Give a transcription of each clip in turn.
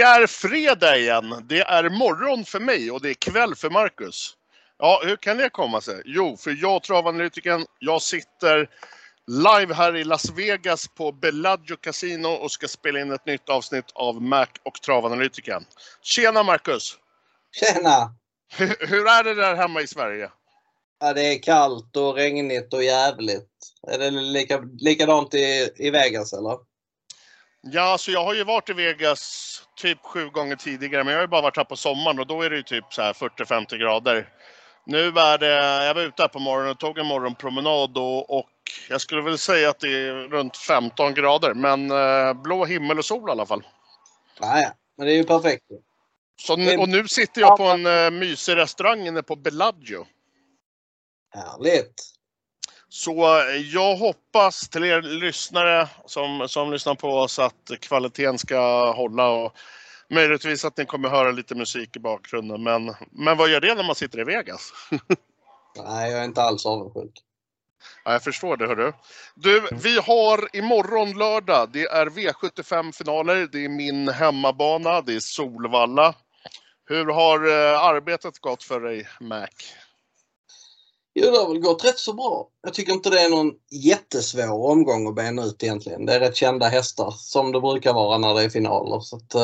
är fredag igen. Det är morgon för mig och det är kväll för Marcus. Ja, hur kan det komma sig? Jo, för jag, travanalytikern, jag sitter live här i Las Vegas på Bellagio Casino och ska spela in ett nytt avsnitt av Mac och travanalytikern. Tjena Marcus! Tjena! Hur är det där hemma i Sverige? Ja, det är kallt och regnigt och jävligt. Är det likadant i Vegas eller? Ja, så jag har ju varit i Vegas typ 7 gånger tidigare, men jag har ju bara varit här på sommaren och då är det ju typ så här 40-50 grader. Nu är det, jag var ute här på morgonen och tog en morgonpromenad och jag skulle väl säga att det är runt 15 grader, men blå himmel och sol i alla fall. Ja, men det är ju perfekt. Så, och nu sitter jag på en mysig restaurang inne på Bellagio. Härligt. Så jag hoppas till er lyssnare som lyssnar på oss att kvaliteten ska hålla och möjligtvis att ni kommer höra lite musik i bakgrunden. Men vad gör det när man sitter i Vegas? Nej, jag är inte alls avundsjuk. Ja, jag förstår det, hörru. Du, vi har imorgon lördag. Det är V75-finaler. Det är min hemmabana. Det är Solvalla. Hur har arbetet gått för dig, Mac? Jo, det har väl gått rätt så bra. Jag tycker inte det är någon jättesvår omgång att bena ut egentligen. Det är rätt kända hästar som det brukar vara när det är finaler. Så att,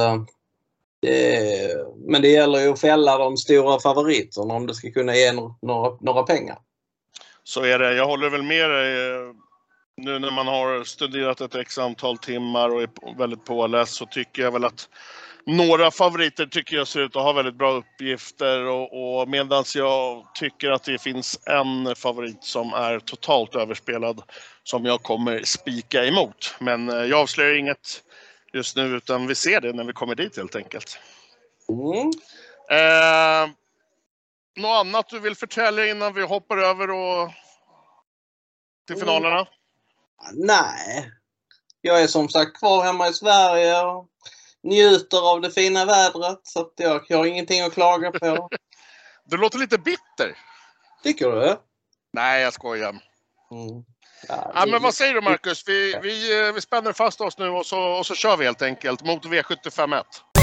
men det gäller ju att fälla de stora favoriterna om det ska kunna ge några pengar. Så är det. Jag håller väl med dig. Nu när man har studerat ett x antal timmar och är väldigt påläst så tycker jag väl att några favoriter tycker jag ser ut att ha väldigt bra uppgifter och medan jag tycker att det finns en favorit som är totalt överspelad som jag kommer spika emot. Men jag avslöjar inget just nu utan vi ser det när vi kommer dit helt enkelt. Något annat du vill förtälja innan vi hoppar över till finalerna? Nej. Jag är som sagt kvar hemma i Sverige och njuter av det fina vädret så att jag har ingenting att klaga på. Du låter lite bitter. Tycker du? Nej, jag skojar. Ja, men vad säger du Marcus? Vi spänner fast oss nu och så kör vi helt enkelt mot V75-1.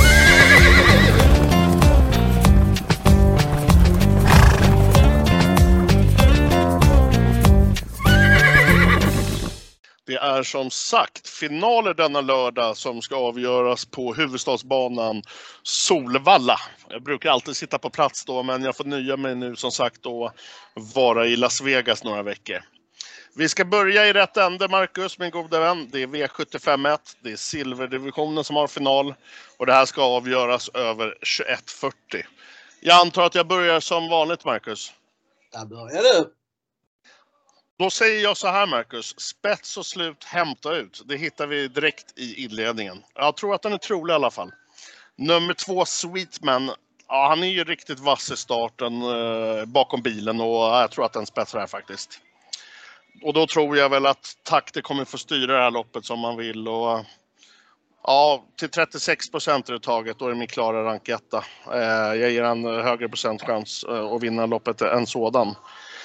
Det är som sagt finaler denna lördag som ska avgöras på huvudstadsbanan Solvalla. Jag brukar alltid sitta på plats då, men jag får nöja mig nu som sagt då vara i Las Vegas några veckor. Vi ska börja i rätt ände, Marcus, min goda vän. Det är V75-1, det är silverdivisionen som har final och det här ska avgöras över 21:40. Jag antar att jag börjar som vanligt, Marcus. Där börjar du. Då säger jag så här, Marcus. Spets och slut, hämta ut. Det hittar vi direkt i inledningen. Jag tror att den är trolig i alla fall. Nummer 2, Sweetman. Ja, han är ju riktigt vass i starten bakom bilen och jag tror att den spetsar här faktiskt. Och då tror jag väl att takter kommer få styra det här loppet som man vill. Och ja, till 36% i det taget, då är det min klara ranketta. Jag ger en högre procentchans att vinna loppet än sådan.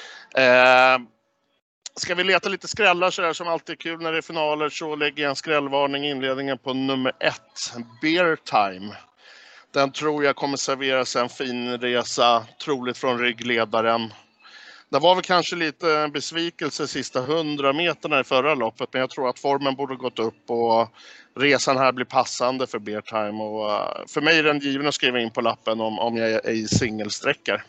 Ska vi leta lite skrällar så där som alltid är kul när det är finaler så lägger jag en skrällvarning i inledningen på nummer 1, Beer Time. Den tror jag kommer serveras en fin resa, troligt från ryggledaren. Det var väl kanske lite besvikelse sista 100 meterna i förra loppet, men jag tror att formen borde gått upp och resan här blir passande för Beer Time. Och för mig är den given att skriva in på lappen om jag är i singelsträckar.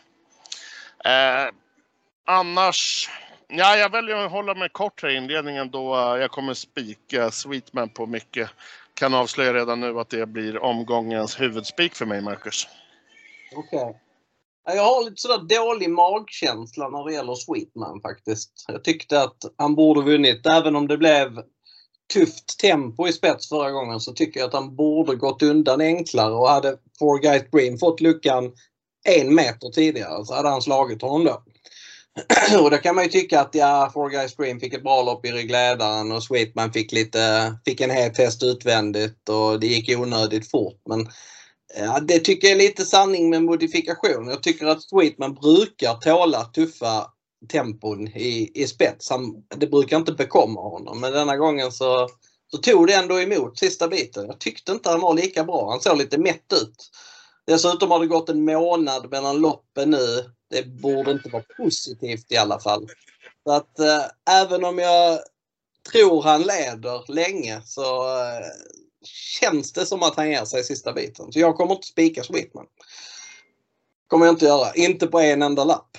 Annars... Ja, jag väljer att hålla mig kort här i inledningen då jag kommer spika Sweetman på mycket. Kan avslöja redan nu att det blir omgångens huvudspik för mig, Marcus. Okej. Jag har lite sådär dålig magkänsla när det gäller Sweetman faktiskt. Jag tyckte att han borde vunnit. Även om det blev tufft tempo i spets förra gången så tycker jag att han borde gått undan enklare. Och hade Four Guys Dream fått luckan 1 meter tidigare så hade han slagit honom då. Och då kan man ju tycka att Four Guys Dream fick ett bra lopp i ryggledaren och Sweetman fick en het häst utvändigt och det gick onödigt fort. Men det tycker jag är lite sanning med modifikation. Jag tycker att Sweetman brukar tåla tuffa tempon i spets. Det brukar inte bekomma honom. Men denna gången så så tog det ändå emot sista biten. Jag tyckte inte han var lika bra. Han såg lite mätt ut. Dessutom har det gått en månad mellan loppen nu. Det borde inte vara positivt i alla fall. Så att även om jag tror han leder länge så känns det som att han ger sig sista biten. Så jag kommer inte spika Sweetman. Kommer jag inte göra. Inte på en enda lapp.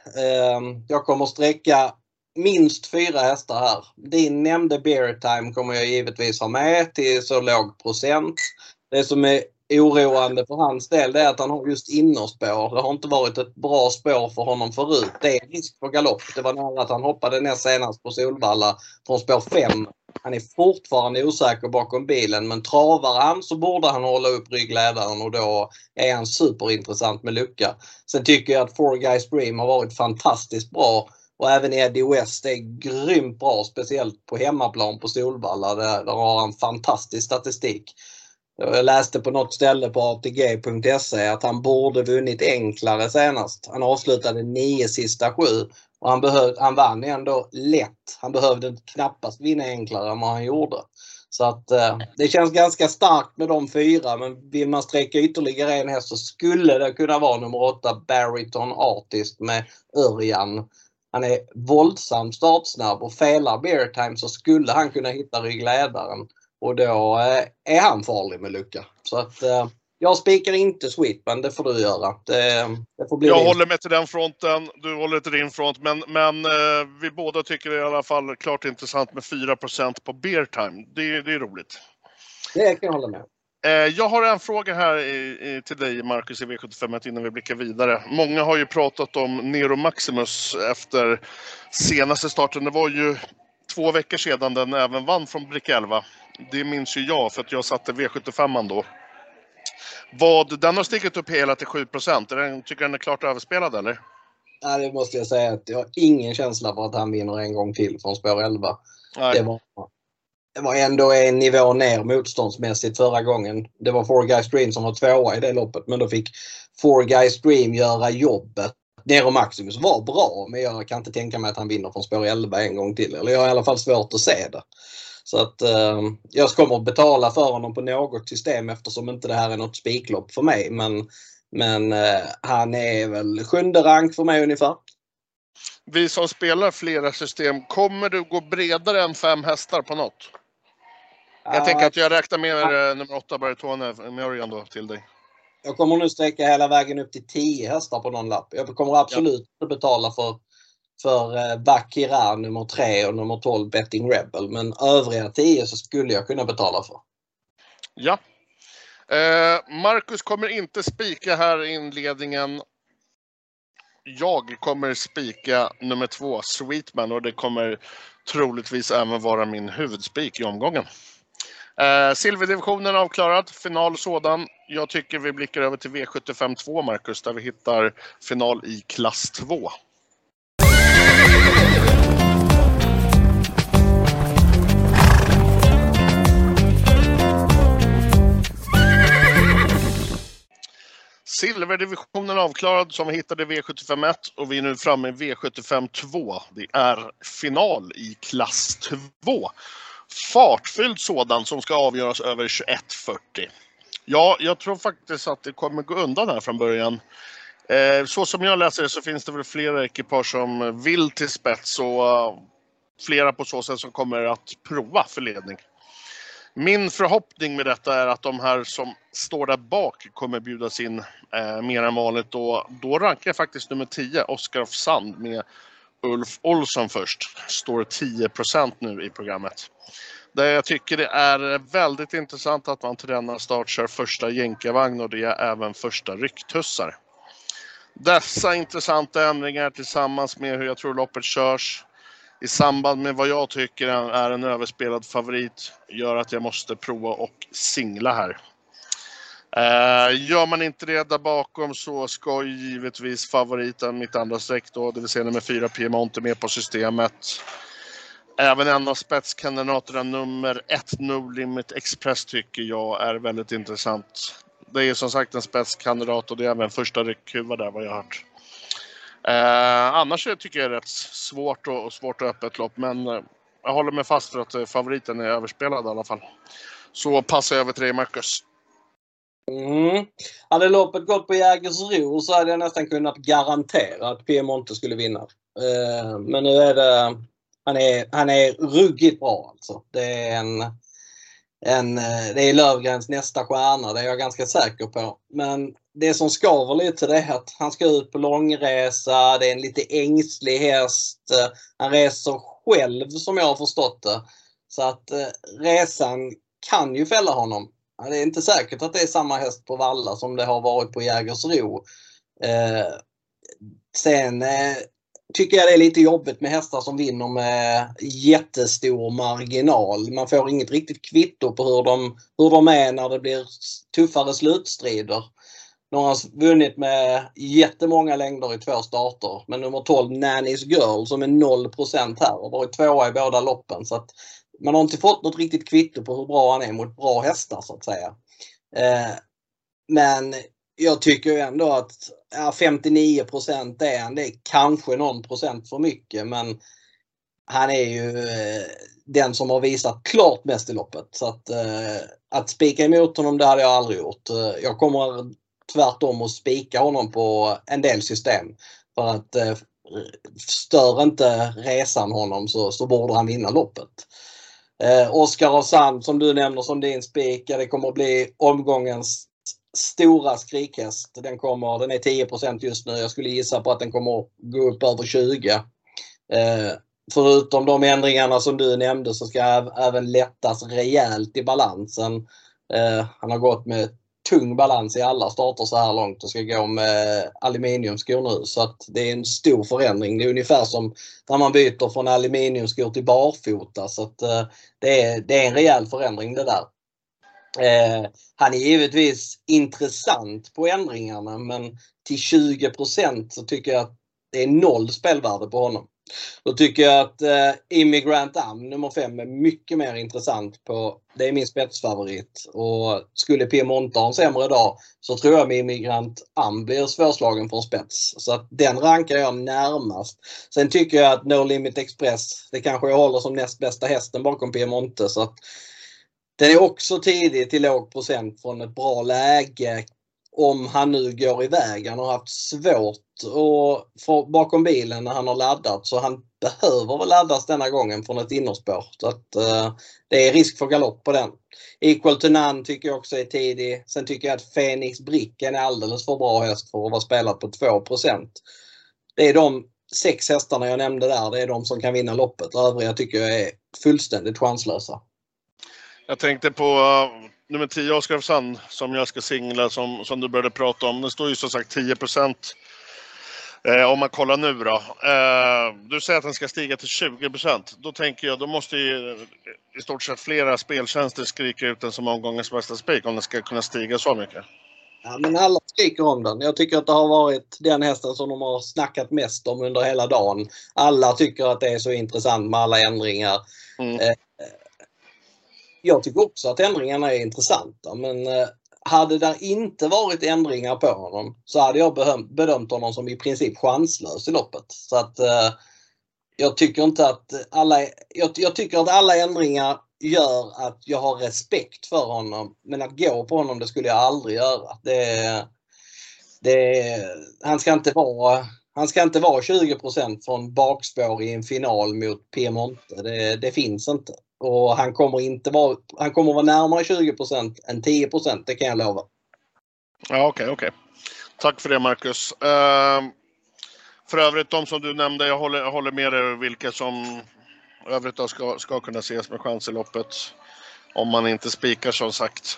Jag kommer sträcka minst 4 hästar här. Din nämnde Bear Time kommer jag givetvis ha med till så låg procent. Det som är oroande för hans del det är att han har just innerspår. Det har inte varit ett bra spår för honom förut. Det är risk för galopp. Det var nära att han hoppade ner senast på Solvalla från spår 5. Han är fortfarande osäker bakom bilen, men travar han så borde han hålla upp ryggledaren och då är han superintressant med lucka. Sen tycker jag att Four Guys Dream har varit fantastiskt bra och även Eddie West är grymt bra, speciellt på hemmaplan på Solvalla. Där har han fantastisk statistik. Jag läste på något ställe på ATG.se att han borde vunnit enklare senast. Han avslutade 9 sista 7 och han vann ändå lätt. Han behövde knappast vinna enklare än vad han gjorde. Så att det känns ganska starkt med de 4, men vill man sträcka ytterligare en häst så skulle det kunna vara nummer 8 Bariton Artist med Örjan. Han är våldsamt startsnabb och felar Bear Time så skulle han kunna hitta ryggledaren. Och då är han farlig med lucka. Så att jag spikar inte Sweetman, det får du göra. Det får bli jag håller med till den fronten, du håller till din front. Men vi båda tycker det är i alla fall klart intressant med 4% på Bear Time. Det är roligt. Det kan jag hålla med. Jag har en fråga här till dig Marcus i V75 innan vi blickar vidare. Många har ju pratat om Nero Maximus efter senaste starten. Det var ju 2 veckor sedan den även vann från Brick 11. Det minns ju jag för att jag satte V75 då. Den har stigit upp hela till 7%. Tycker den är klart överspelad eller? Nej, det måste jag säga att jag har ingen känsla för att han vinner en gång till från spår 11. Det var ändå en nivå ner motståndsmässigt förra gången. Det var Four Guys Dream som var 2 i det loppet, men då fick Four Guys Dream göra jobbet. Nero Maximus var bra, men jag kan inte tänka mig att han vinner från spår 11 en gång till. Eller jag har i alla fall svårt att se det. Så att jag kommer att betala för honom på något system eftersom inte det här är något spiklopp för mig. Men han är väl 7:e rank för mig ungefär. Vi som spelar flera system, kommer du gå bredare än 5 hästar på något? Jag tänker att jag räknar med nummer 8 Baritone med Örjan då till dig. Jag kommer nu sträcka hela vägen upp till 10 hästar på någon lapp. Jag kommer absolut inte betala för Bakira nummer 3 och nummer 12 Betting Rebel. Men övriga 10 så skulle jag kunna betala för. Ja. Marcus kommer inte spika här i inledningen. Jag kommer spika nummer 2 Sweetman och det kommer troligtvis även vara min huvudspik i omgången. Silverdivisionen avklarad, final sådan. Jag tycker vi blickar över till V75 2 Marcus där vi hittar final i klass 2. Silverdivisionen avklarad som vi hittade V75 1 och vi är nu framme i V75 2. Det är final i klass 2. Fartfylld sådan som ska avgöras över 21:40. Ja, jag tror faktiskt att det kommer gå undan här från början. Så som jag läser det så finns det väl flera ekipage som vill till spets och flera på så sätt som kommer att prova för ledning. Min förhoppning med detta är att de här som står där bak kommer bjudas in mer än vanligt. Och då rankar jag faktiskt nummer 10, Oscar of Sand med Ulf Olsson först. Står 10% nu i programmet. Där jag tycker det är väldigt intressant att man till denna start kör första jänkarvagn och det är även första rycktussar. Dessa intressanta ändringar tillsammans med hur jag tror loppet körs i samband med vad jag tycker är en överspelad favorit gör att jag måste prova och singla här. Gör man inte det där bakom så ska givetvis favoriten mitt andra streck då, det vill säga nummer 4 Piemonte med på systemet. Även en av spetskandidaterna nummer 1 No Limit Express tycker jag är väldigt intressant. Det är som sagt en spetskandidat och det är även första ryckhuva där vad jag har hört. Annars tycker jag det är rätt svårt och öppet lopp men Jag håller mig fast för att favoriten är överspelad i alla fall. Så passar jag över till dig, Marcus. Hade loppet gått på Jägersro så hade jag nästan kunnat garantera att Piemonte skulle vinna. Men nu är det... Han är ruggigt bra alltså. Det är Löfgrens nästa stjärna, det är jag ganska säker på. Men det som skaver lite det är att han ska ut på långresa. Det är en lite ängslig häst. Han reser själv som jag har förstått det. Så att resan kan ju fälla honom. Det är inte säkert att det är samma häst på Valla som det har varit på Jägersro. Sen tycker jag det är lite jobbigt med hästar som vinner med jättestor marginal. Man får inget riktigt kvitto på hur de är när det blir tuffare slutstrider. Några har vunnit med jättemånga längder i 2 starter. Men nummer 12 Nanny's Girl som är 0% här och varit 2 i båda loppen. Så att man har inte fått något riktigt kvitto på hur bra han är mot bra hästar så att säga. Men jag tycker ju ändå att 59% är han. Det är kanske någon procent för mycket. Men han är ju den som har visat klart mest i loppet. Så att spika emot honom det hade jag aldrig gjort. Jag kommer tvärtom att spika honom på en del system. För att stör inte resan honom så borde han vinna loppet. Oscar och Sand som du nämner som din spika, det kommer att bli omgångens stora skrikhäst. Den är 10% just nu. Jag skulle gissa på att den kommer att gå upp över 20. Förutom de ändringarna som du nämnde så ska även lättas rejält i balansen. Han har gått med tung balans i alla starter så här långt och ska gå med aluminiumskor nu. Så att det är en stor förändring. Det är ungefär som när man byter från aluminiumskor till barfota. Så att det är en rejäl förändring det där. Han är givetvis intressant på ändringarna men till 20% så tycker jag att det är 0 spelvärde på honom. Då tycker jag att Immigrant Am nummer 5 är mycket mer intressant det är min spetsfavorit. Och skulle Piemonte ha en sämre dag så tror jag att Immigrant Am blir svårslagen från spets. Så att den rankar jag närmast. Sen tycker jag att No Limit Express, det kanske jag håller som näst bästa hästen bakom Piemonte. Så att den är också tidig till låg procent från ett bra läge. Om han nu går iväg. Han har haft svårt att få bakom bilen när han har laddat. Så han behöver väl laddas denna gången från ett innerspår. Så att det är risk för galopp på den. Equal to None tycker jag också är tidig. Sen tycker jag att Phoenix Bricken är alldeles för bra häst för att vara spelad på 2%. Det är de 6 hästarna jag nämnde där. Det är de som kan vinna loppet. Övriga tycker jag är fullständigt chanslösa. Jag tänkte på nummer 10 Oscar Sand som jag ska singla som du började prata om. Det står ju som sagt 10%. Om man kollar nu då. Du säger att den ska stiga till 20%. Då tänker jag, då måste ju i stort sett flera speltjänster skrika ut den som omgångens bästa spik om den ska kunna stiga så mycket. Ja, men alla skriker om den. Jag tycker att det har varit den hästen som de har snackat mest om under hela dagen. Alla tycker att det är så intressant med alla ändringar. Jag tycker också att ändringarna är intressanta, men hade det inte varit ändringar på honom så hade jag bedömt honom som i princip chanslös i loppet. Så att jag tycker inte att jag tycker att alla ändringar gör att jag har respekt för honom, men att gå på honom det skulle jag aldrig göra. Han ska inte vara 20% från bakspår i en final mot Piemonte. Det finns inte. Och han kommer vara närmare 20% än 10%, det kan jag lova. Ja, okej. Tack för det, Marcus. För övrigt, de som du nämnde, jag håller med dig vilka som övrigt då ska kunna ses med chans i loppet. Om man inte spikar som sagt.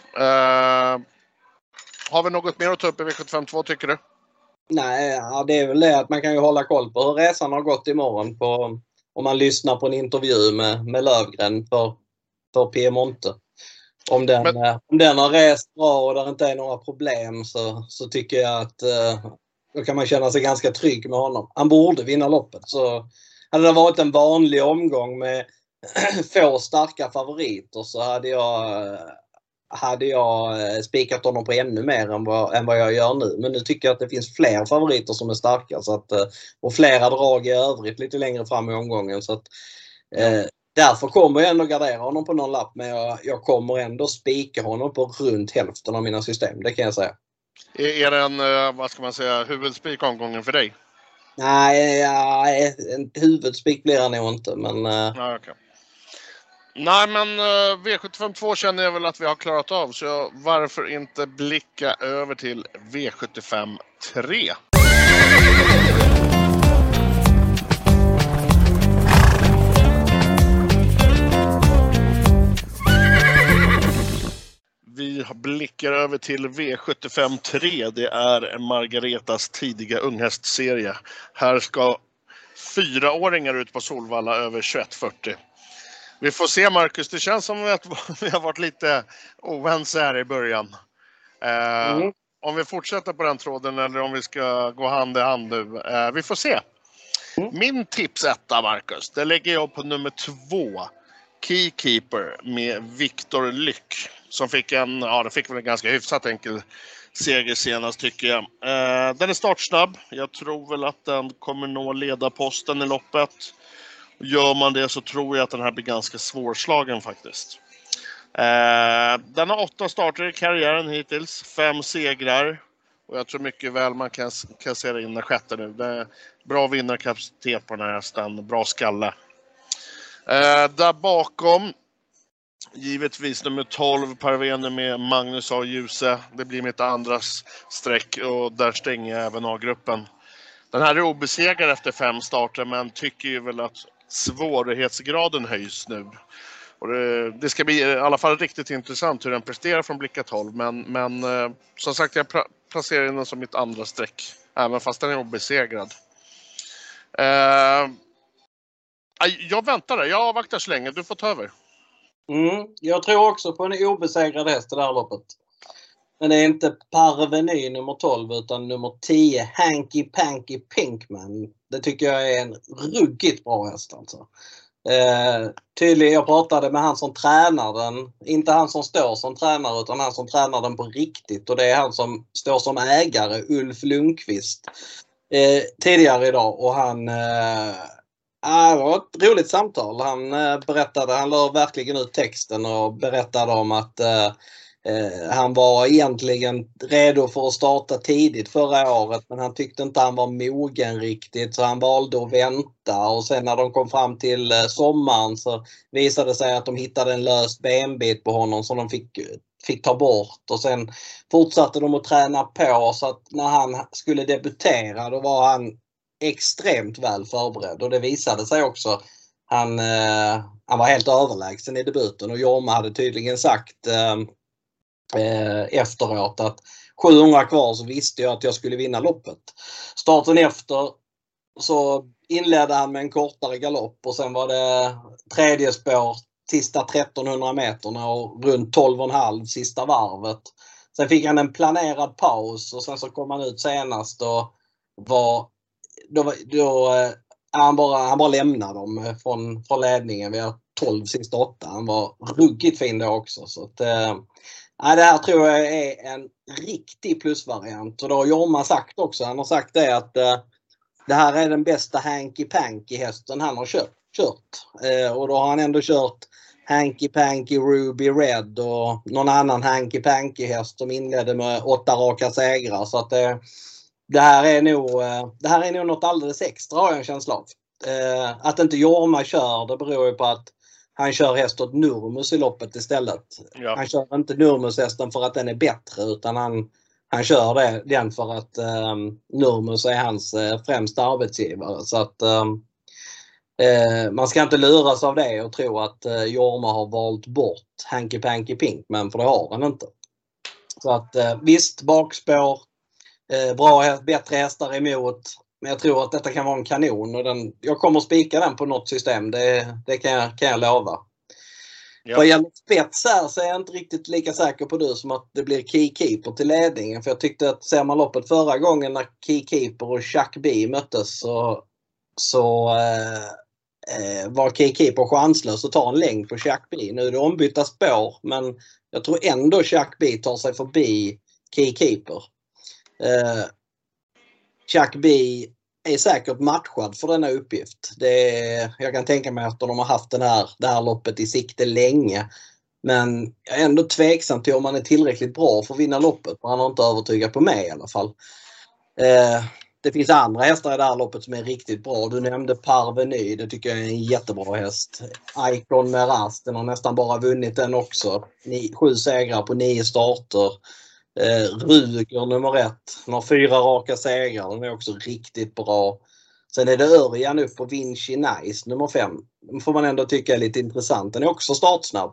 Har vi något mer att ta upp i V752 tycker du? Nej, det är väl det att man kan ju hålla koll på hur resan har gått imorgon om man lyssnar på en intervju med Löfgren för Piemonte. Om den har rest bra och där inte är några problem så tycker jag att då kan man känna sig ganska trygg med honom. Han borde vinna loppet. Så hade det varit en vanlig omgång med få starka favoriter så hade jag spikat honom på ännu mer än vad jag gör nu. Men nu tycker jag att det finns fler favoriter som är starka. Så att, och flera drag i övrigt lite längre fram i omgången. Så att, Därför kommer jag ändå gardera honom på någon lapp, men jag kommer ändå spika honom på runt hälften av mina system, det kan jag säga. Är det en, vad ska man säga, huvudspik omgången för dig? Nej, en huvudspik blir han nog inte, men... Okay. Nej, men V75 2 känner jag väl att vi har klarat av, så varför inte blicka över till V75 3? Vi blickar över till V75 3. Det är Margaretas tidiga unghästserie. Här ska 4-åringar ut på Solvalla över 21,40. Vi får se, Marcus. Det känns som att vi har varit lite oense här i början. Om vi fortsätter på den tråden eller om vi ska gå hand i hand nu. Vi får se. Min tips 1, Marcus, det lägger jag på nummer 2. Keykeeper med Viktor Lyck. Som fick den fick väl en ganska hyfsat enkel seger senast, tycker jag. Den är startsnabb. Jag tror väl att den kommer nå ledarposten i loppet. Gör man det så tror jag att den här blir ganska svårslagen faktiskt. Den har 8 starter i karriären hittills. 5 segrar. Och jag tror mycket väl man kan se in den sjätte nu. Det är bra vinnarkapacitet på den här hästen. Bra skalle. Där bakom givetvis nummer 12 Parvene med Magnus A. Djuse. Det blir mitt andra streck och där stänger jag även A-gruppen. Den här är obesegrad efter 5 starter, men tycker ju väl att svårighetsgraden höjs nu. Och det ska bli i alla fall riktigt intressant hur den presterar från blicka 12. Men som sagt, jag placerar den som mitt andra streck. Även fast den är obesegrad. Jag väntar där. Jag avvaktar så länge. Du får ta över. Jag tror också på en obesegrad häst i det här loppet. Men det är inte Parveny nummer 12 utan nummer 10 Hanky Panky Pinkman. Det tycker jag är en ruggigt bra häst alltså. Tydligen, jag pratade med han som tränar den. Inte han som står som tränare utan han som tränar den på riktigt. Och det är han som står som ägare, Ulf Lundqvist. Tidigare idag. Och han... det var ett roligt samtal. Han la verkligen ut texten och berättade om att han var egentligen redo för att starta tidigt förra året, men han tyckte inte han var mogen riktigt, så han valde att vänta. Och sen när de kom fram till sommaren så visade det sig att de hittade en löst benbit på honom som de fick ta bort. Och sen fortsatte de att träna på, så att när han skulle debutera då var han extremt väl förberedd, och det visade sig också. Han var helt överlägsen i debuten, och Jorma hade tydligen sagt efteråt att 700 kvar så visste jag att jag skulle vinna loppet. Starten efter så inledde han med en kortare galopp, och sen var det tredje spår sista 1300 meterna och runt 12,5 sista varvet. Sen fick han en planerad paus och sen så kom han ut senast och han bara lämnade dem från ledningen. Vi har 12 sista 8. Han var ruggigt fin då också. Så att, det här tror jag är en riktig plusvariant. Och då har Jorma sagt också. Han har sagt det att det här är den bästa Hanky Panky hästen han har kört. Och då har han ändå kört Hanky Panky Ruby Red och någon annan Hanky Panky häst som inledde med 8 raka segrar. Så att det här är nog något alldeles extra, har jag en känsla av. Att inte Jorma kör, det beror ju på att han kör häst åt Nurmus i loppet istället. Ja. Han kör inte Nurmus-hästen för att den är bättre, utan han kör den för att Nurmus är hans främsta arbetsgivare. Så att man ska inte luras av det och tro att Jorma har valt bort Hanky Panky Pinkman, för det har han inte. Så att visst, bakspår, bättre hästar emot. Men jag tror att detta kan vara en kanon, och jag kommer att spika den på något system. Det kan jag lova. Ja. Vad gäller spets här så är jag inte riktigt lika säker på du som att det blir Keykeeper till ledningen. För jag tyckte att ser man loppet förra gången när Keykeeper och Chuck B möttes så var Keykeeper chanslös att ta en längd på Chuck B. Nu är det ombytta spår, men jag tror ändå Chuck B tar sig förbi Keykeeper. Chuck B är säkert matchad för denna uppgift. Jag kan tänka mig att de har haft det här loppet i sikte länge. Men jag är ändå tveksam till om han är tillräckligt bra för att vinna loppet. Han har inte övertygat på mig i alla fall. Det finns andra hästar i det här loppet som är riktigt bra. Du nämnde Parveny. Det tycker jag är en jättebra häst. Icon Meras, den har nästan bara vunnit den också. 7 segrar på 9 starter. Ruger nummer 1. Den har 4 raka segrar. Den är också riktigt bra. Sen är det Örjan upp på Vinci Nice nummer 5. Den får man ändå tycka är lite intressant. Den är också startsnabb.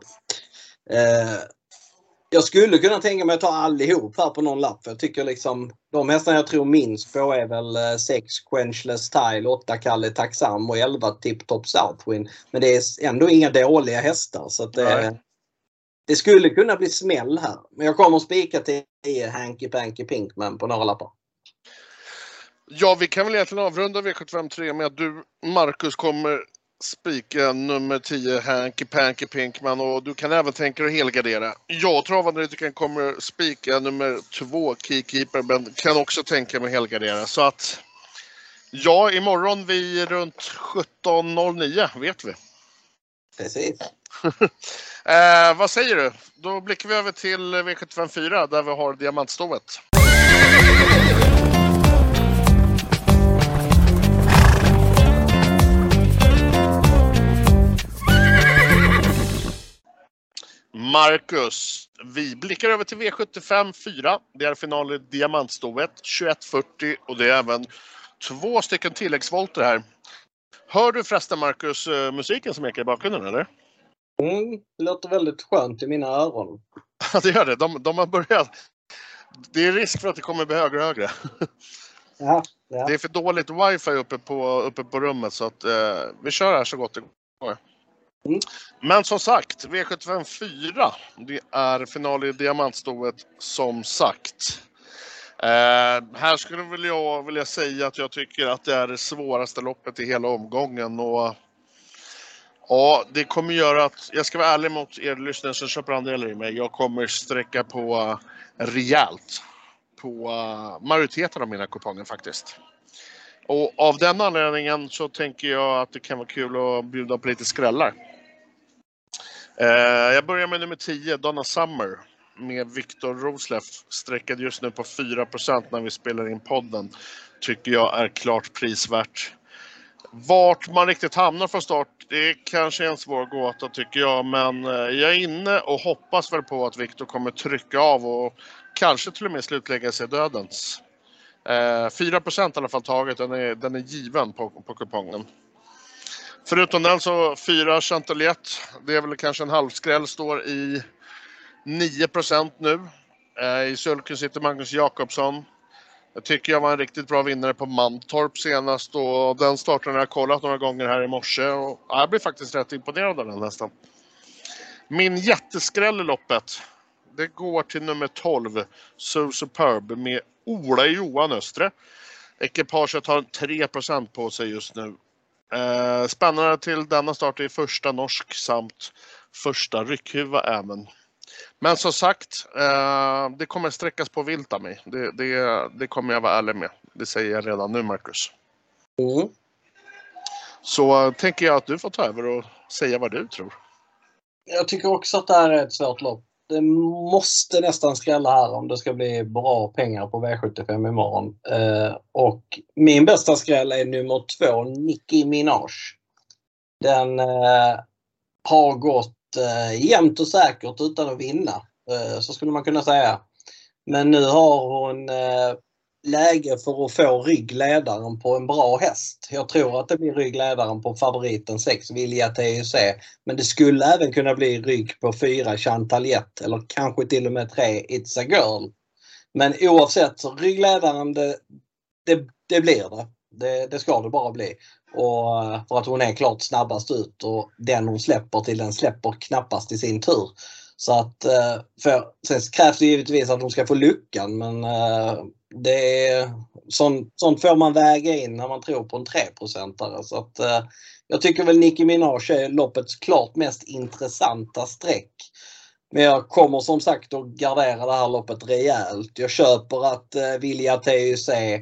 Jag skulle kunna tänka mig att ta allihop här på någon lapp. För jag tycker liksom de hästarna jag tror minst på är väl 6 Quenchless Tile, 8 Kalle Taxam och 11 Tip Top Southwind. Men det är ändå inga dåliga hästar. Så att det skulle kunna bli smäll här. Men jag kommer att spika till Hanky Panky Pinkman på några lappar. Ja, vi kan väl egentligen avrunda V753 med att du, Marcus, kommer spika nummer 10 Hanky Panky Pinkman, och du kan även tänka dig att helgardera. Jag tror att du kommer spika nummer 2 Keykeeper, men kan också tänka mig helgardera. Så att ja, imorgon vi runt 17:09 vet vi. Precis. Vad säger du? Då blickar vi över till V754 där vi har diamantstovet. Marcus, vi blickar över till V75-4. Det är final i diamantstovet 21:40 och det är även 2 stycken tilläggsvolter här. Hör du förresten, Marcus, musiken som ekar i bakgrunden, eller? Det låter väldigt skönt i mina öron. Ja, det gör det. De har börjat. Det är risk för att det kommer bli högre och högre. Ja. Det är för dåligt wifi uppe på rummet, så att vi kör här så gott det går. Men som sagt, V75-4, det är final i diamantstovet som sagt. Här skulle jag vilja säga att jag tycker att det är det svåraste loppet i hela omgången. Och ja, det kommer göra att, jag ska vara ärlig mot er lyssnare som köper andelar i mig. Jag kommer sträcka på rejält på majoriteten av mina kuponger faktiskt. Och av den anledningen så tänker jag att det kan vara kul att bjuda på lite skrällar. Jag börjar med nummer 10, Donna Summer med Viktor Rosleff, sträckad just nu på 4% när vi spelar in podden. Tycker jag är klart prisvärt. Vart man riktigt hamnar från start, det är kanske en svår gåta tycker jag, men jag är inne och hoppas väl på att Viktor kommer trycka av och kanske till och med slutlägga sig dödens. 4% i alla fall taget, den är given på kupongen. Förutom den så 4 Chanteliette, det är väl kanske en halvskräll, står i 9% nu. I sulken sitter Magnus Jakobsson. Jag tycker jag var en riktigt bra vinnare på Mantorp senast, och den starten har jag kollat några gånger här i morse och jag blir faktiskt rätt imponerad av den nästan. Min jätteskräll i loppet, det går till nummer 12, So Superb med Ola Johan Östre. Ekipaget har 3% på sig just nu. Spännande till denna start i första norsk samt första ryckhuva även. Men som sagt, det kommer sträckas på vilt av mig. Det kommer jag vara ärlig med. Det säger jag redan nu, Marcus. Så tänker jag att du får ta över och säga vad du tror. Jag tycker också att det här är ett svårt lopp. Det måste nästan skrälla här om det ska bli bra pengar på V75 imorgon. Och min bästa skräll är nummer 2, Nicki Minaj. Den har gått jämnt och säkert utan att vinna. Så skulle man kunna säga. Men nu har hon läge för att få ryggledaren på en bra häst. Jag tror att det blir ryggledaren på favoriten 6 Vilja TUC. Men det skulle även kunna bli rygg på 4 Chantaliette eller kanske till och med 3 It's a Girl. Men oavsett så ryggledaren det blir det. Det ska det bara bli. Och för att hon är klart snabbast ut och den hon släpper till den släpper knappast i sin tur. Så att sen krävs det givetvis att hon ska få luckan, men det är sånt får man väga in när man tror på en 3%. Så att jag tycker väl Nicki Minaj är loppets klart mest intressanta streck. Men jag kommer som sagt att gardera det här loppet rejält. Jag köper att Vilja TUC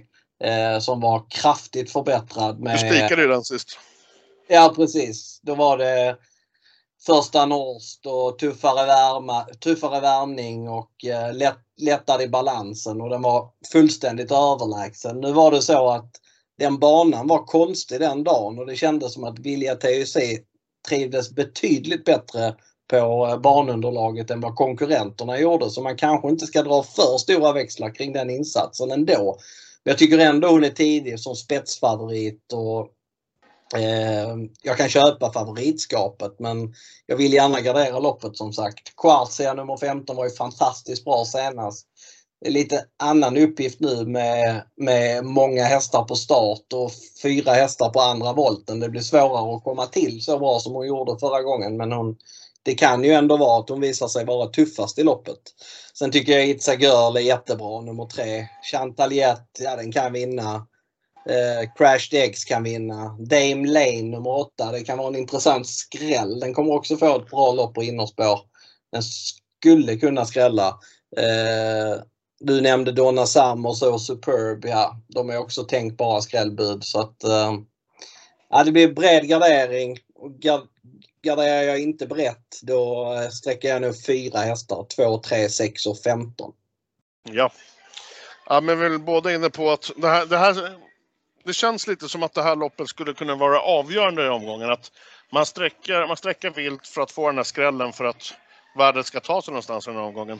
som var kraftigt förbättrad. Du spikade ju den sist. Ja, precis. Då var det första Norst och tuffare värmning och lättare i balansen, och den var fullständigt överlägsen. Nu var det så att den banan var konstig den dagen, och det kändes som att Vilja TUC trivdes betydligt bättre på banunderlaget än vad konkurrenterna gjorde, så man kanske inte ska dra för stora växlar kring den insatsen ändå. Men jag tycker ändå hon är tidig som spetsfavorit, och jag kan köpa favoritskapet, men jag vill gärna gardera loppet som sagt. Quartzia nummer 15 var ju fantastiskt bra senast. Det är lite annan uppgift nu med många hästar på start och 4 hästar på andra volten. Det blir svårare att komma till så bra som hon gjorde förra gången, men det kan ju ändå vara att hon visar sig vara tuffast i loppet. Sen tycker jag It's a Girl är jättebra, nummer 3. Chantaliet, ja, den kan vinna. Crashed Eggs kan vinna. Dame Lane nummer 8, det kan vara en intressant skräll. Den kommer också få ett bra lopp på innerspår. Den skulle kunna skrälla. Du nämnde Donna Sam och så Superb, ja, de är också tänkbara skrällbud, så att ja, det blir bred gardering. Garderar jag inte brett, då sträcker jag nu 4 hästar, 2, 3, 6 och 15. Ja, men vi är väl båda inne på att det känns lite som att det här loppet skulle kunna vara avgörande i omgången. Att man sträcker vilt för att få den här skrällen, för att värdet ska ta sig någonstans i den här omgången.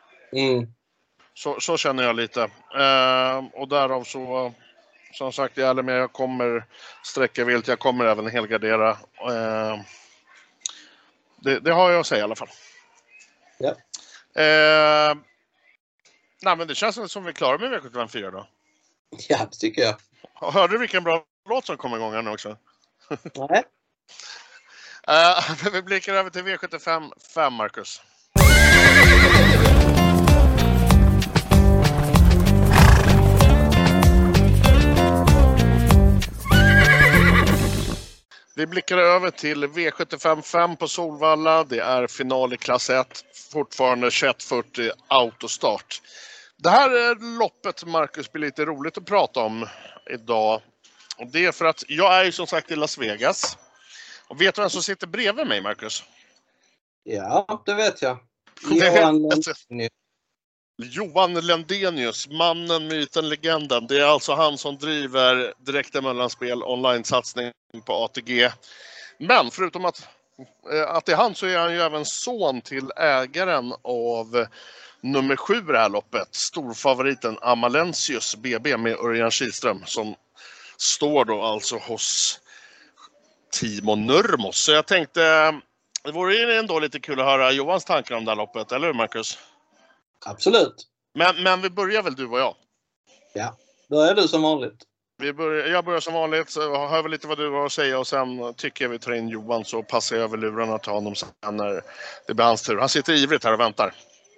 Så känner jag lite. Och därav så, som sagt, jag kommer sträcka vilt. Jag kommer även helgardera. Det har jag att säga i alla fall. Ja. Nej, men det känns som vi klarar med V75 då. Ja, det tycker jag. Hörde du vilken bra låt som kommer igång här nu också? Nej. Vi blickar över till V75 5, Marcus. Vi blickar över till V75 5 på Solvalla. Det är final i klass 1. Fortfarande 21:40 autostart. Det här loppet, Marcus, blir lite roligt att prata om idag. Och det är för att jag är ju som sagt i Las Vegas. Och vet du vem som sitter bredvid mig, Marcus? Ja, det vet jag. Johan Lendenius, mannen, myten, legenden. Det är alltså han som driver Direkta Mellanspel online-satsning på ATG. Men förutom att det är han, så är han ju även son till ägaren av nummer 7 i det här loppet. Storfavoriten Amalensius BB med Örjan Kihlström, som står då alltså hos Timo Nurmos. Så jag tänkte, det vore ju ändå lite kul att höra Johans tankar om det här loppet, eller hur, Marcus? Absolut. Men vi börjar väl du och jag? Ja, börjar du som vanligt. Jag börjar som vanligt, så hör väl lite vad du har att säga, och sen tycker jag vi tar in Johan, så passar jag över lurarna till honom sen när det blir hans tur. Han sitter ivrigt här och väntar.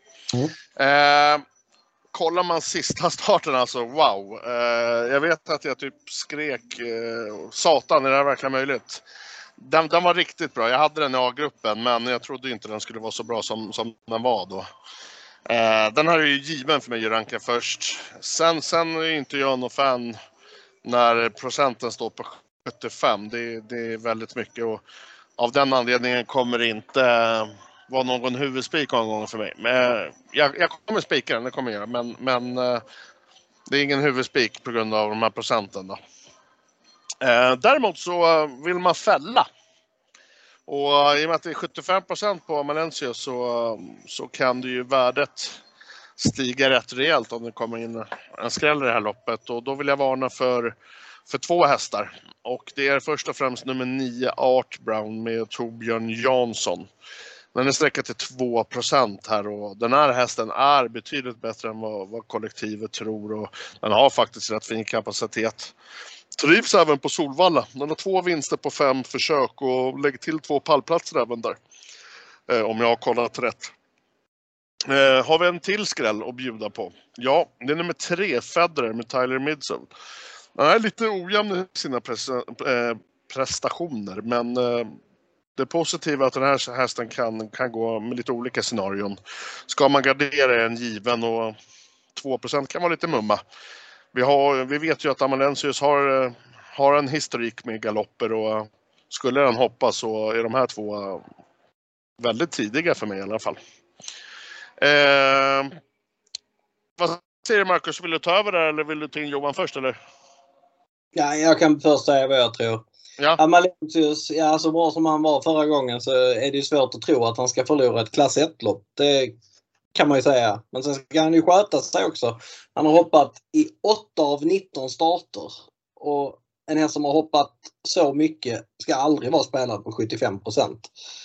Kollar man sista starten, alltså wow. Jag vet att jag typ skrek satan, är det här verkligen möjligt? Den var riktigt bra. Jag hade den i A-gruppen, men jag trodde inte den skulle vara så bra som den var då. Den här är ju given för mig att ranka först. Sen är inte jag någon fan när procenten står på 75. Det är väldigt mycket, och av den anledningen kommer det inte vara någon huvudspik omgång för mig. Men jag kommer spika den, det kommer jag göra. Men det är ingen huvudspik på grund av de här procenten då. Däremot så vill man fälla. Och i och med att det är 75% på Amalensius, så kan det ju värdet stiga rätt rejält om det kommer in en skräll i det här loppet. Och då vill jag varna för 2 hästar. Och det är först och främst nummer 9 Art Brown med Torbjörn Jansson. Den är sträckad till 2% här, och den här hästen är betydligt bättre än vad kollektivet tror, och den har faktiskt rätt fin kapacitet. Trivs även på Solvalla. Den har 2 vinster på 5 försök, och lägger till 2 pallplatser även där. Om jag har kollat rätt. Har vi en till skräll att bjuda på? Ja, det är nummer 3 Federer med Tyler Midson. Den är lite ojämn i sina prestationer, men det positiva är att den här hästen kan gå med lite olika scenarion. Ska man gardera en given, och 2% kan vara lite mumma. Vi vet ju att Amalensius har en historik med galopper, och skulle den hoppa så är de här två väldigt tidiga för mig i alla fall. Vad säger du, Marcus? Vill du ta över där eller vill du ta in Johan först? Eller? Ja, jag kan först säga vad jag tror. Ja. Amalensius, ja, så bra som han var förra gången så är det ju svårt att tro att han ska förlora ett klass 1-lopp. Det kan man ju säga. Men sen ska han ju sköta sig också. Han har hoppat i 8 av 19 starter. Och en häst som har hoppat så mycket ska aldrig vara spelad på 75%.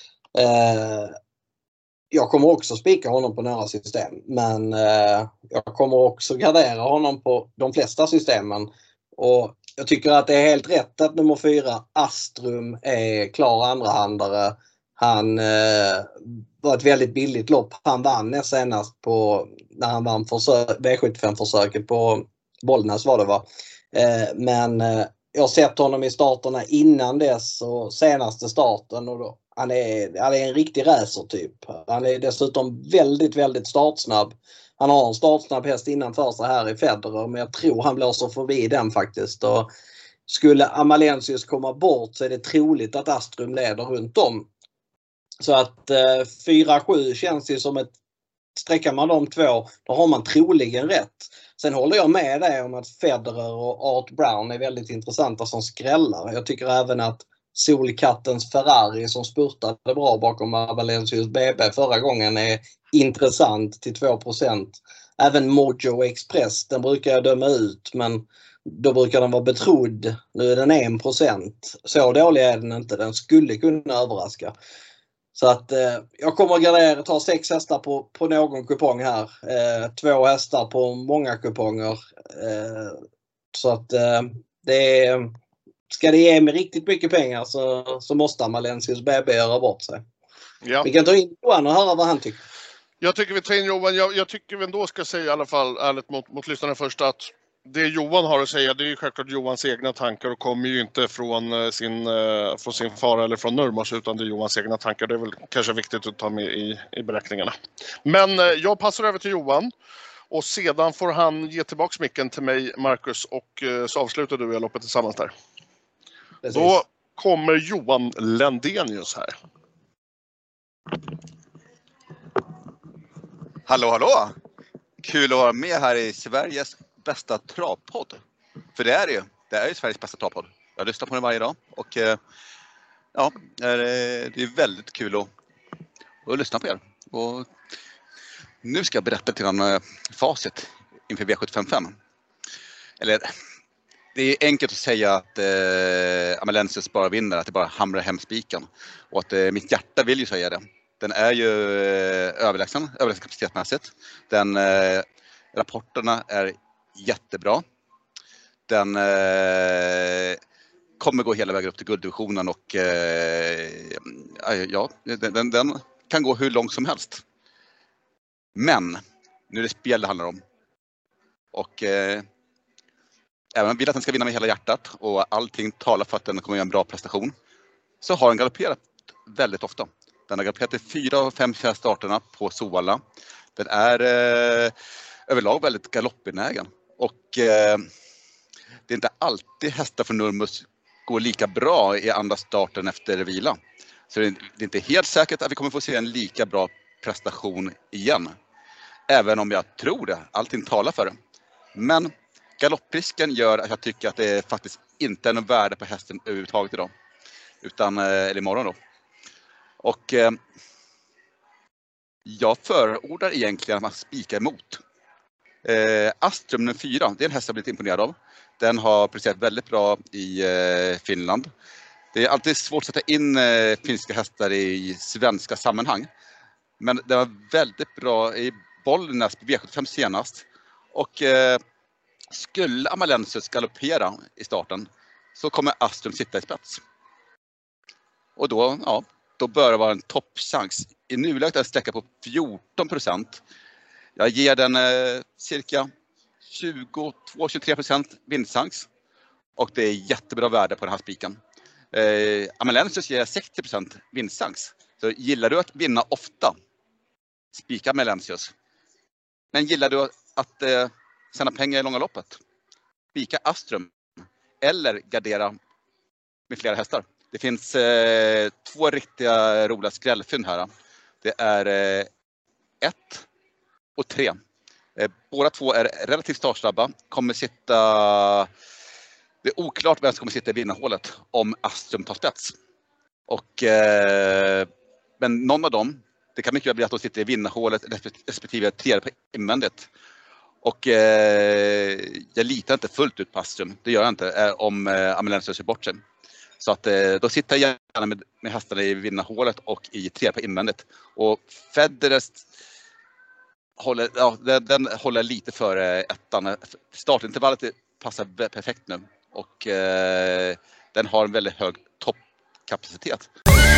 Jag kommer också spika honom på några system. Men jag kommer också gardera honom på de flesta systemen. Och jag tycker att det är helt rätt att nummer 4, Astrum, är klar andrahandare. Han var ett väldigt billigt lopp. Han vann näst senast när han vann V75-försöket på Bollnäs var det va. Men jag har sett honom i starterna innan dess och senaste starten. Och då, han är en riktig racertyp. Han är dessutom väldigt, väldigt startsnabb. Han har en startsnabb häst innanför sig här i Federer, men jag tror han blåser förbi den faktiskt. Och skulle Amalensius komma bort så är det troligt att Astrum leder runt om. Så att 4-7 känns ju som ett... Sträcker man de två, då har man troligen rätt. Sen håller jag med dig om att Federer och Art Brown är väldigt intressanta som skrällar. Jag tycker även att Solkattens Ferrari som spurtade bra bakom Amalensius BB förra gången är intressant till 2%. Även Mojo Express, den brukar jag döma ut, men då brukar den vara betrodd. Nu är den 1%. Så dålig är den inte. Den skulle kunna överraska. Så att jag kommer att gardera, ta 6 hästar på någon kupong här. 2 hästar på många kuponger. Så att det är... Ska det ge mig riktigt mycket pengar så måste Amalensius BB göra bort sig. Ja. Vi kan ta in Johan och höra vad han tycker. Jag tycker vi tar in Johan. Jag tycker vi ändå ska säga i alla fall ärligt mot lyssnarna först att det Johan har att säga, det är ju självklart Johans egna tankar och kommer ju inte från sin far eller från Nurmos, utan det är Johans egna tankar. Det är väl kanske viktigt att ta med i beräkningarna. Men jag passar över till Johan och sedan får han ge tillbaka micken till mig, Marcus, och så avslutar du och loppet tillsammans där. Precis. Då kommer Johan Lendenius här. Hallå! Kul att vara med här i Sveriges bästa travpodd. För det är det ju. Det är ju Sveriges bästa travpodd. Jag lyssnar på den varje dag. Och ja, det är väldigt kul att lyssna på er. Och nu ska jag berätta till en facit inför V755. Eller... Det är enkelt att säga att Amalensius bara vinner, att det bara hamrar hem spiken. Och att mitt hjärta vill ju säga det. Den är ju överlägsen kapacitetsmässigt. Rapporterna är jättebra. Den kommer gå hela vägen upp till gulddivisionen och den kan gå hur långt som helst. Men nu är det spel det handlar om. Och... Även om jag vill att den ska vinna med hela hjärtat och allting talar för att den kommer göra en bra prestation, så har den galopperat väldigt ofta. Den har galopperat i 4 av 5 starterna på Solvalla. Den är överlag väldigt galoppbenägen. Och det är inte alltid hästar från Nurmos går lika bra i andra starten efter vila. Så det är inte helt säkert att vi kommer få se en lika bra prestation igen. Även om jag tror det. Allting talar för det. Men... galopprisken gör att jag tycker att det faktiskt inte är någon värde på hästen överhuvudtaget idag. Eller imorgon då. Och jag förordar egentligen att man spikar emot. Astrum den 4, det är en häst jag blivit imponerad av. Den har presterat väldigt bra i Finland. Det är alltid svårt att sätta in finska hästar i svenska sammanhang. Men den var väldigt bra i Bollnäs på V75 senast. Och... skulle Amalensius galoppera i starten så kommer Astrum sitta i spets. Och då bör det vara en toppchans. I nuläget är det sträcka på 14%. Jag ger den cirka 22-23% vinstchans. Och det är jättebra värde på den här spiken. Amalensius ger 60% vinstchans. Så gillar du att vinna ofta, spika Amalensius. Men gillar du att tjäna pengar i långa loppet, spika Astrum eller gardera med flera hästar. Det finns 2 riktiga roliga skrällfynd här. Det är 1 och 3. Båda 2 är relativt startsnabba. Kommer sitta... Det är oklart vem som kommer sitta i vinnarhålet om Astrum tar spets. Men någon av dem, det kan mycket väl bli att de sitter i vinnarhålet respektive 3 på invändigt. Och jag litar inte fullt ut på Astrum. Det gör jag inte om Amelensius ser bort sig. Så att då sitter jag gärna med hästarna i vinnarhålet och i 3 på invändigt. Och Federest den håller lite före ettan. Startintervallet passar perfekt nu. Och den har en väldigt hög toppkapacitet.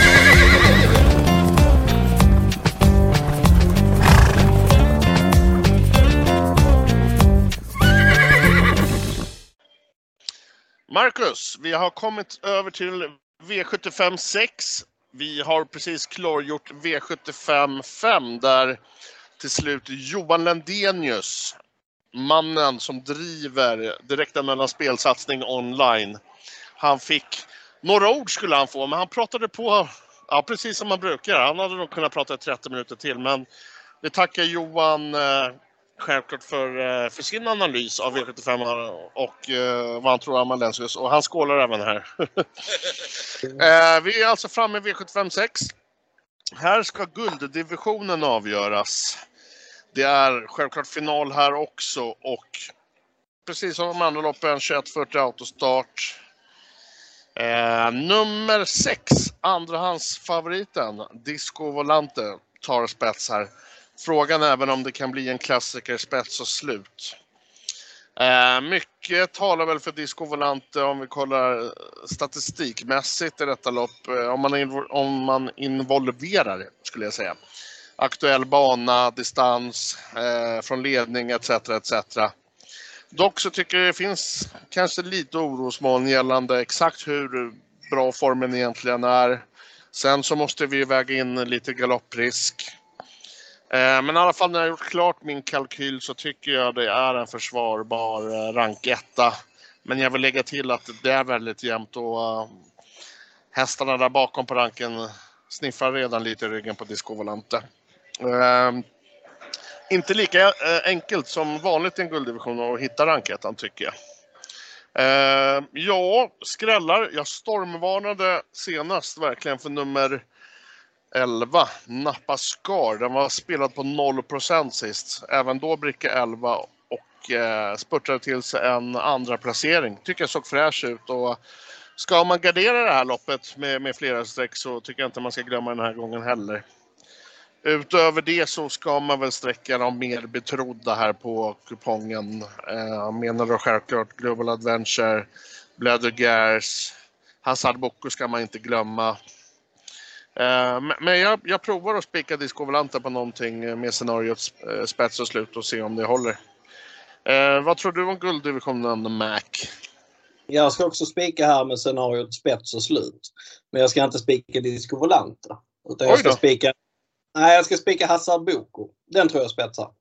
Marcus, vi har kommit över till V75 6. Vi har precis klargjort V75 5 där till slut Johan Lendenius, mannen som driver direkta mellan spelsatsning online. Han fick några ord skulle han få, men han pratade på precis som man brukar. Han hade nog kunnat prata 30 minuter till, men vi tackar Johan självklart för sin analys av V75 och vad han tror om Amelensius. Och han skålar även här. Vi är alltså framme i V75 6. Här ska gulddivisionen avgöras. Det är självklart final här också. Och precis som de andra loppen, 21:40 autostart. Nummer 6, andrahandsfavoriten, Disco Volante, tar spets här. Frågan är även om det kan bli en klassiker spets och slut. Mycket talar väl för Disco Volante om vi kollar statistikmässigt i detta lopp. Om man involverar det, skulle jag säga. Aktuell bana, distans, från ledning etc. etc. Dock så tycker jag det finns kanske lite orosmoln gällande exakt hur bra formen egentligen är. Sen så måste vi väga in lite galopprisk. Men i alla fall när jag har gjort klart min kalkyl så tycker jag det är en försvarbar rank 1. Men jag vill lägga till att det är väldigt jämnt och hästarna där bakom på ranken sniffar redan lite i ryggen på Disco Volante. Inte lika enkelt som vanligt i en gulddivision att hitta ranketan tycker jag. Ja, skrällar. Jag stormvarnade senast verkligen för nummer 11, Nappa Scar. Den var spelad på 0% sist. Även då bricka 11 och spurtade till sig en andra placering. Tycker jag såg fräsch ut. Och ska man gardera det här loppet med flera streck så tycker jag inte man ska glömma den här gången heller. Utöver det så ska man väl sträcka de mer betrodda här på kupongen. Menar då självklart Global Adventure, Bladder Gears, Hazard Boko ska man inte glömma. Men jag provar att spika Disco Volante på någonting med scenariot spets och slut och se om det håller. Vad tror du om gulddivisionen, Mac? Jag ska också spika här med scenariot spets och slut. Men jag ska inte spika Disco Volante. Utan jag ska spika... Nej, jag ska spika Hazard Boko. Den tror jag spetsar.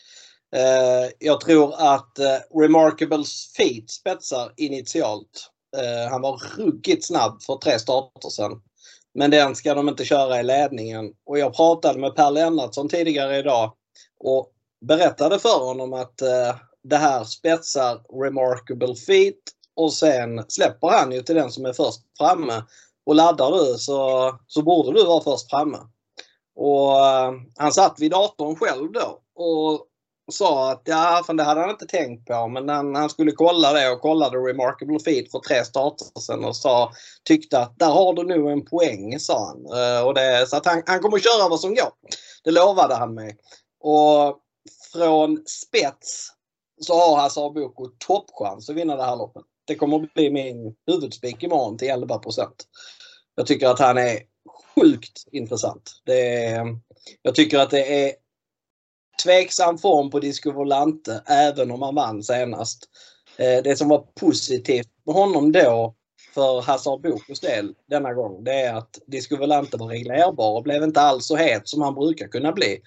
Jag tror att Remarkables Feet spetsar initialt. Han var ruggigt snabb för 3 starter sedan. Men den ska de inte köra i ledningen. Och jag pratade med Per Lennartsson tidigare idag. Och berättade för honom att det här spetsar Remarkable Feet. Och sen släpper han ju till den som är först framme. Och laddar du så borde du vara först framme. Och han satt vid datorn själv då och sa att det hade han inte tänkt på, men han skulle kolla det och kollade Remarkable Feet för 3 starter sen och tyckte att där har du nu en poäng, sa han. Så att han kommer att köra vad som går. Det lovade han mig. Och från spets så har Hazard Boko toppchans att vinna det här loppet. Det kommer att bli min huvudspik imorgon till 11%. Jag tycker att han är sjukt intressant. Jag tycker att det är tveksam form på Disco Volante även om han vann senast. Det som var positivt med honom då för Hazard Bokos del denna gång, det är att Disco Volante var reglerbar och blev inte alls så het som han brukar kunna bli.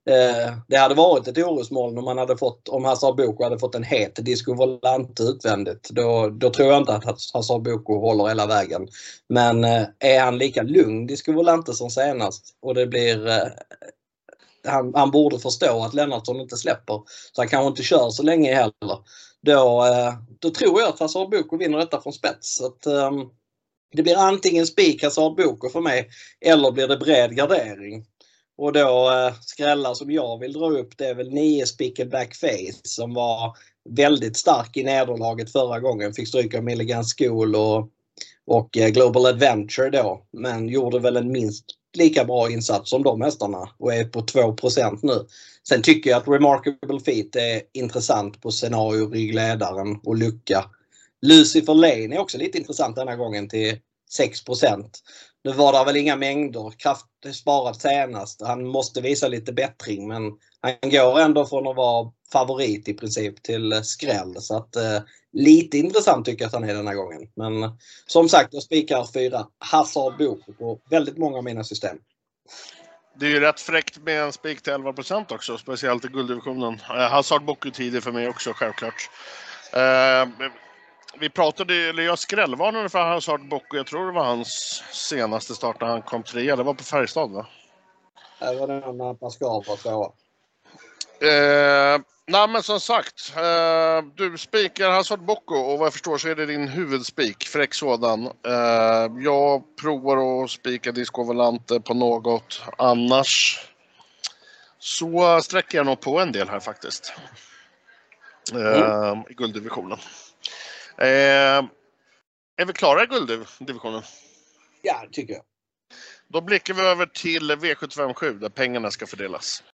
Det hade varit ett orosmoln om Hazard Boko hade fått en het Disco Volante utvändigt. Då tror jag inte att Hazard Boko håller hela vägen. Men är han lika lugn Disco Volante som senast och det blir... Han borde förstå att Lennartsson inte släpper. Så han kanske inte kör så länge heller. Då tror jag att Hazard Boko vinner detta från spets. Så att, det blir antingen spik Hazard Boko för mig eller blir det bred gardering. Och då skrällar som jag vill dra upp det är väl 9 Spickle Backface som var väldigt stark i nederlaget förra gången. Fick stryka Milligan School och Global Adventure då. Men gjorde väl en minst lika bra insats som de hästarna och är på 2% nu. Sen tycker jag att Remarkable Feat är intressant på scenario, ryggledaren och lucka. Lucifer Lane är också lite intressant denna gången till 6%. Nu var det väl inga mängder. Kraft sparat senast. Han måste visa lite bättring men han går ändå från att vara favorit i princip till skräll. Så att lite intressant tycker jag att han är denna gången. Men som sagt, jag spikar 4 Hazard Boko på väldigt många av mina system. Det är ju rätt fräckt med en spik till 11% också, speciellt i gulddivisionen. Hazard Boko tidig för mig också, självklart. Vi pratade, eller jag skrällvarnade för Hazard Boko. Jag tror det var hans senaste start när han kom 3. Det var på Färjestad, va? Det var den när Pascal var 2. Nej, men som sagt, du spikar Hazard Boko och vad jag förstår så är det din huvudspik, fräck sådan. Jag provar att spika Disco Volante på något annars. Så sträcker jag nog på en del här faktiskt. I gulddivisionen. Är vi klara i gulddivisionen? Ja, det tycker jag. Då blickar vi över till V75-7 där pengarna ska fördelas.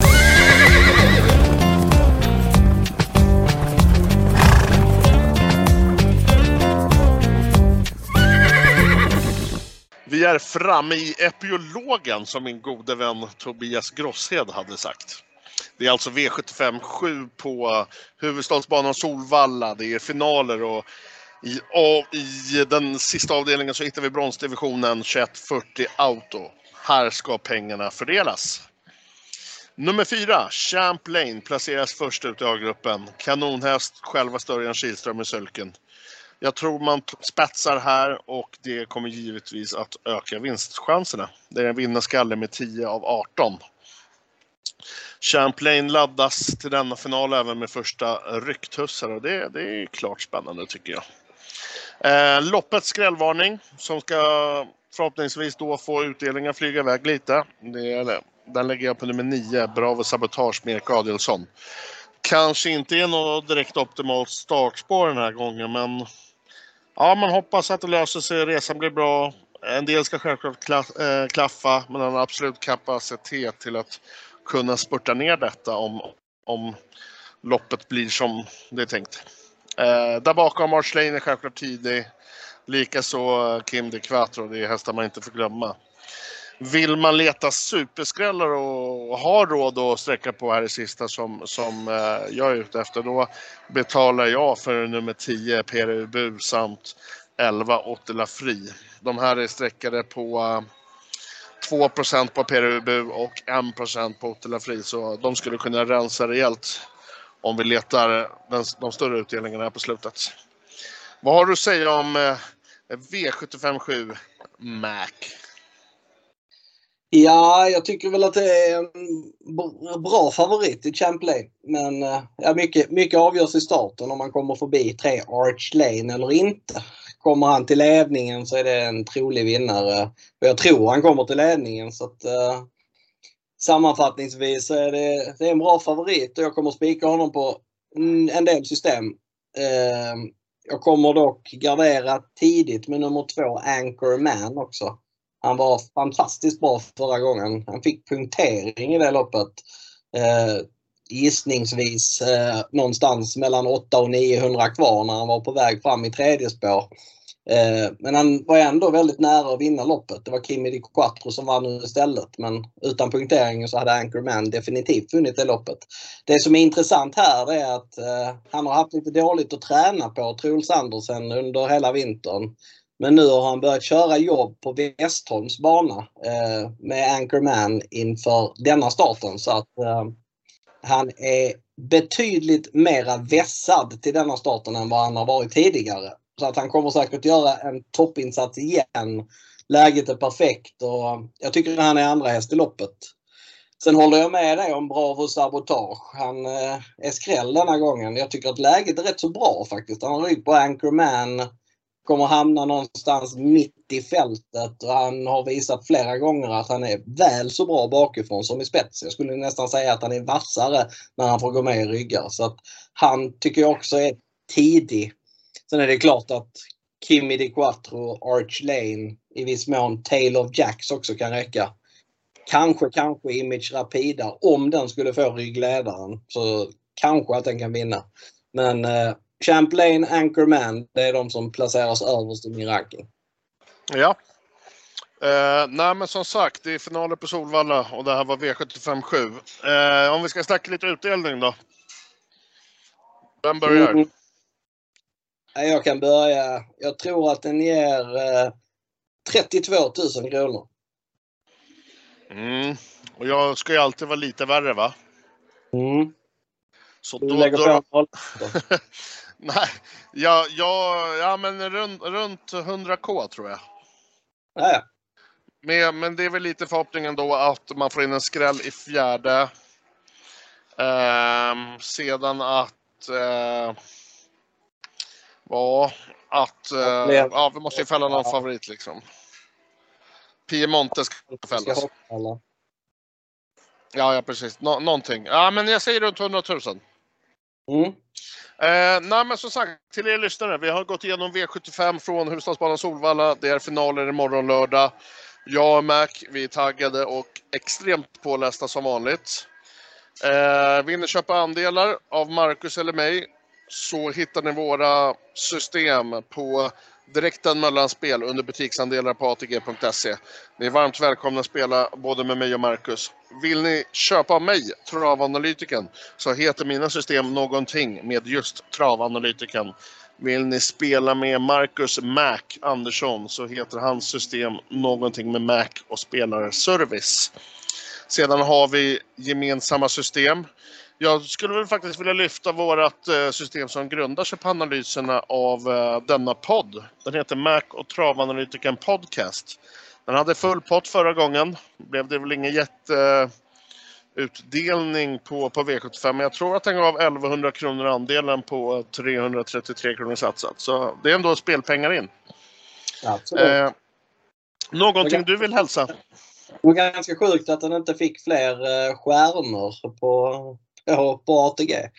Vi är framme i epilogen som min gode vän Tobias Grosshed hade sagt. Det är alltså V75-7 på huvudstadsbanan Solvalla. Det är finaler och i den sista avdelningen så hittar vi bronsdivisionen 2140 Auto. Här ska pengarna fördelas. Nummer 4, Champlain, placeras först ut i A-gruppen. Kanonhäst, själva större än Kihlström i sulken. Jag tror man spetsar här och det kommer givetvis att öka vinstchanserna. Det är en vinnarskalle med 10 av 18. Champlain laddas till denna final även med första rycktussar och det är klart spännande tycker jag. Loppets skrällvarning som ska förhoppningsvis då få utdelningen flyga iväg lite. Den lägger jag på nummer 9, Bravo Sabotage med Erik Adelsson. Kanske inte är något direkt optimalt startspår den här gången men ja, man hoppas att det löser sig, resan blir bra. En del ska självklart klaffa men den har absolut kapacitet till att kunna spurta ner detta om loppet blir som det är tänkt. Där bakom March Lane är självklart tidig. Likaså Kim de Quattro, det är hästar man inte får glömma. Vill man leta superskrällar och ha råd att sträcka på här i sista som jag är ute efter, då betalar jag för nummer 10 PRU samt 11 Ottila Fri. De här är sträckade på 2% på PRU och 1% på Ottila Fri, så de skulle kunna rensa rejält om vi letar de större utdelningarna här på slutet. Vad har du att säga om V75-7 Mac? Ja, jag tycker väl att det är en bra favorit i Champlain. Men ja, mycket avgörs i starten om man kommer förbi 3 Arch Lane eller inte. Kommer han till ledningen så är det en trolig vinnare. Och jag tror han kommer till ledningen så att sammanfattningsvis är det är en bra favorit och jag kommer spika honom på en del system. Jag kommer dock gardera tidigt med nummer 2 Anchor Man också. Han var fantastiskt bra förra gången. Han fick punktering i det loppet. Gissningsvis någonstans mellan 800 och 900 kvar när han var på väg fram i tredje spår. Men han var ändå väldigt nära att vinna loppet. Det var Kimi de Quattro som vann istället. Men utan punkteringen så hade Anchorman definitivt vunnit det loppet. Det som är intressant här är att han har haft lite dåligt att träna på, Truls Andersen, under hela vintern. Men nu har han börjat köra jobb på Westholms bana med Anchorman inför denna starten. Så att han är betydligt mera vässad till denna starten än vad han har varit tidigare. Så att han kommer säkert göra en toppinsats igen. Läget är perfekt och jag tycker att han är andra häst i loppet. Sen håller jag med dig om Bravo Sabotage. Han är skräll denna gången. Jag tycker att läget är rätt så bra faktiskt. Han har rygg på Anchorman. Kommer hamna någonstans mitt i fältet. Och han har visat flera gånger att han är väl så bra bakifrån som i spets. Jag skulle nästan säga att han är vassare när han får gå med i ryggar. Så att han tycker jag också är tidig. Sen är det klart att Kimi Di Quattro, Arch Lane, i viss mån Tale of Jacks också kan räcka. Kanske Image Rapida, om den skulle få ryggledaren, så kanske att den kan vinna. Men Champlain, Anchorman, det är de som placeras överst i min ranking. Ja. Nej, men som sagt, det är finaler på Solvalla och det här var V75-7. Om vi ska snacka lite utdelning då. Vem börjar? Jag kan börja. Jag tror att den ger 32 000 kronor. Och jag ska ju alltid vara lite värre, va? Så du lägger på 0. Nej, ja, men runt 100k tror jag. Ja. Men det är väl lite förhoppningen då att man får in en skräll i fjärde. Sedan att vi måste ju fälla någon favorit liksom. Piemonte ska fällas. Ja, precis. Någonting. Ja, men jag säger runt 100 000. Nej, men som sagt, till er lyssnare, vi har gått igenom V75 från Huslandsbanan Solvalla. Det är finaler imorgon lördag. Jag och Mac, vi är taggade och extremt pålästa som vanligt. Vill ni köpa andelar av Marcus eller mig, så hittar ni våra system på direkten mellan spel under butiksandelar på atg.se. Ni är varmt välkomna att spela både med mig och Marcus. Vill ni köpa av mig, Travanalytiken, så heter mina system någonting med just Travanalytiken. Vill ni spela med Marcus Mac Andersson, så heter hans system någonting med Mac och spelarservice. Sedan har vi gemensamma system. Jag skulle väl faktiskt vilja lyfta vårt system som grundar sig på analyserna av denna podd. Den heter Mac och Travanalytiken Podcast. Den hade full pott förra gången. Blev det väl ingen jätteutdelning på V75. Men jag tror att den gav 1100 kronor andelen på 333 kronor satsat. Så det är ändå spelpengar in. Absolut. Någonting du vill hälsa? Det var ganska sjukt att den inte fick fler stjärnor på ATG.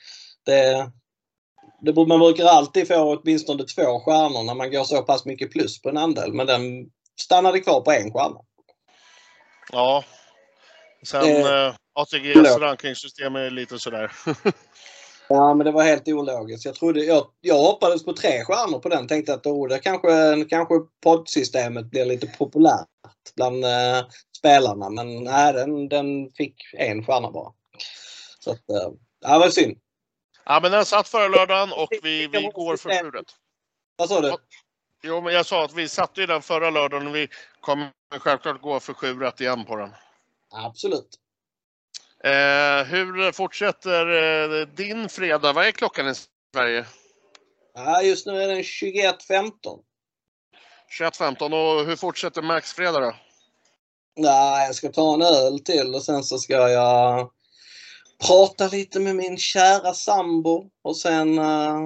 Man brukar alltid få åtminstone 2 stjärnor när man går så pass mycket plus på en andel. Men den stannade kvar på 1 stjärna. Ja. Sen ATGs rankingsystem är lite sådär. Ja, men det var helt ologiskt. Jag hoppades på 3 stjärnor på den. Tänkte att det kanske poddsystemet blir lite populärt bland spelarna. Men nej, den fick 1 stjärna bara. Så att, det var synd. Ja, men den satt förra lördagen och vi går för 7 rätt. Vad sa du? Jo, men jag sa att vi satt i den förra lördagen och vi kommer självklart gå för 7 rätt igen på den. Absolut. Hur fortsätter din fredag? Vad är klockan i Sverige? Ja, just nu är den 21.15. 21.15, och hur fortsätter Max fredag då? Nej, jag ska ta en öl till och sen så ska jag prata lite med min kära sambo och sen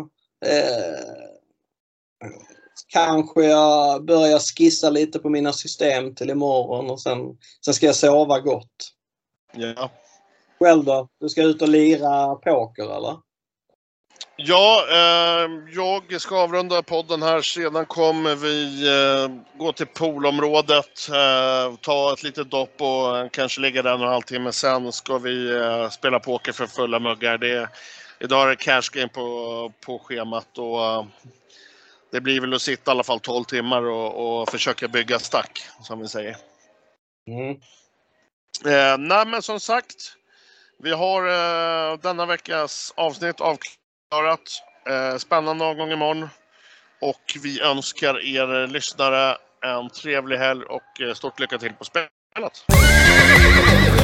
kanske jag börjar skissa lite på mina system till imorgon och sen ska jag sova gott. Ja. Själv då? Du ska ut och lira poker eller? Ja, jag ska avrunda podden här. Sedan kommer vi gå till poolområdet, ta ett litet dopp och kanske ligga där någon halvtimme. Sen ska vi spela poker för fulla muggar. Idag är det cash game på schemat och det blir väl att sitta i alla fall 12 timmar och försöka bygga stack, som vi säger. Nej, men som sagt, vi har denna veckas avsnitt avklarat. Spännande någon gång imorgon. Och vi önskar er lyssnare en trevlig helg och stort lycka till på spelet.